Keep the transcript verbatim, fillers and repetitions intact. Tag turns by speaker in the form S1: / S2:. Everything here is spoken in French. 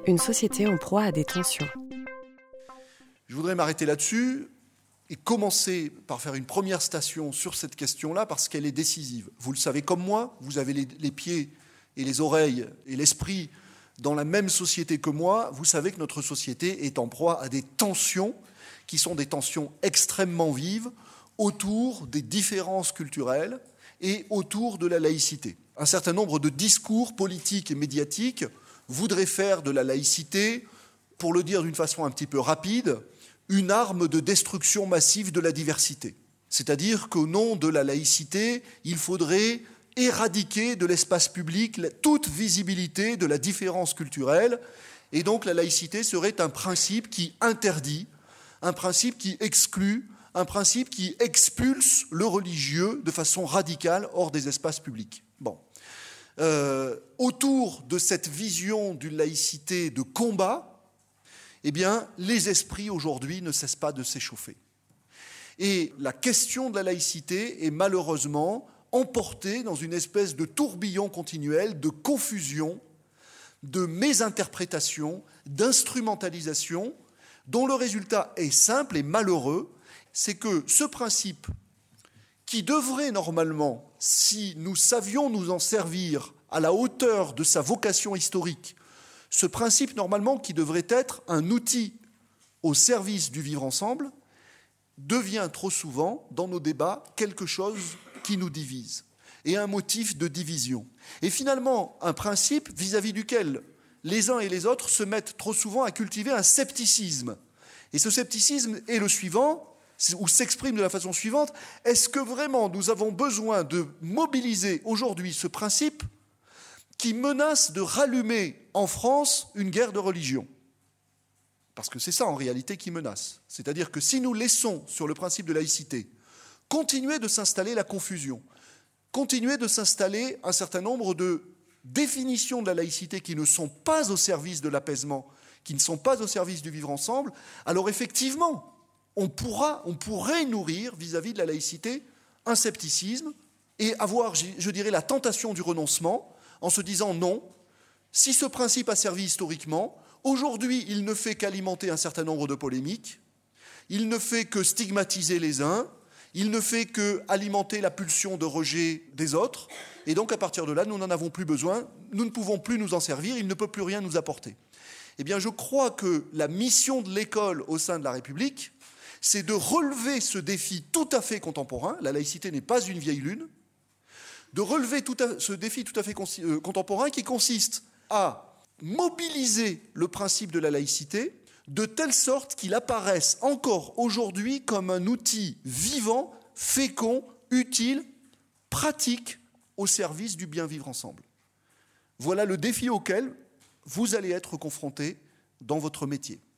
S1: Une société en proie à des tensions.
S2: Je voudrais m'arrêter là-dessus et commencer par faire une première station sur cette question-là parce qu'elle est décisive. Vous le savez comme moi, vous avez les, les pieds et les oreilles et l'esprit dans la même société que moi. Vous savez que notre société est en proie à des tensions qui sont des tensions extrêmement vives autour des différences culturelles et autour de la laïcité. Un certain nombre de discours politiques et médiatiques voudraient faire de la laïcité, pour le dire d'une façon un petit peu rapide, une arme de destruction massive de la diversité. C'est-à-dire qu'au nom de la laïcité, il faudrait éradiquer de l'espace public toute visibilité de la différence culturelle, et donc la laïcité serait un principe qui interdit, un principe qui exclut, un principe qui expulse le religieux de façon radicale hors des espaces publics. Bon. Euh, autour de cette vision d'une laïcité de combat, eh bien, les esprits aujourd'hui ne cessent pas de s'échauffer. Et la question de la laïcité est malheureusement emportée dans une espèce de tourbillon continuel de confusion, de mésinterprétation, d'instrumentalisation, dont le résultat est simple et malheureux, c'est que ce principe qui devrait normalement, si nous savions nous en servir à la hauteur de sa vocation historique, ce principe normalement qui devrait être un outil au service du vivre ensemble, devient trop souvent, dans nos débats, quelque chose qui nous divise et un motif de division. Et finalement, un principe vis-à-vis duquel les uns et les autres se mettent trop souvent à cultiver un scepticisme. Et ce scepticisme est le suivant, ou s'exprime de la façon suivante: est-ce que vraiment nous avons besoin de mobiliser aujourd'hui ce principe qui menace de rallumer en France une guerre de religion? Parce que c'est ça en réalité qui menace. C'est-à-dire que si nous laissons sur le principe de laïcité continuer de s'installer la confusion, continuer de s'installer un certain nombre de définitions de la laïcité qui ne sont pas au service de l'apaisement, qui ne sont pas au service du vivre ensemble, alors effectivement, on, pourra, on pourrait nourrir vis-à-vis de la laïcité un scepticisme et avoir, je dirais, la tentation du renoncement en se disant non, si ce principe a servi historiquement, aujourd'hui il ne fait qu'alimenter un certain nombre de polémiques, il ne fait que stigmatiser les uns, il ne fait qu'alimenter la pulsion de rejet des autres, et donc à partir de là, nous n'en avons plus besoin, nous ne pouvons plus nous en servir, il ne peut plus rien nous apporter. Eh bien, je crois que la mission de l'école au sein de la République, c'est de relever ce défi tout à fait contemporain, la laïcité n'est pas une vieille lune, de relever tout à, ce défi tout à fait euh, contemporain qui consiste à mobiliser le principe de la laïcité de telle sorte qu'il apparaisse encore aujourd'hui comme un outil vivant, fécond, utile, pratique au service du bien vivre ensemble. Voilà le défi auquel vous allez être confrontés dans votre métier.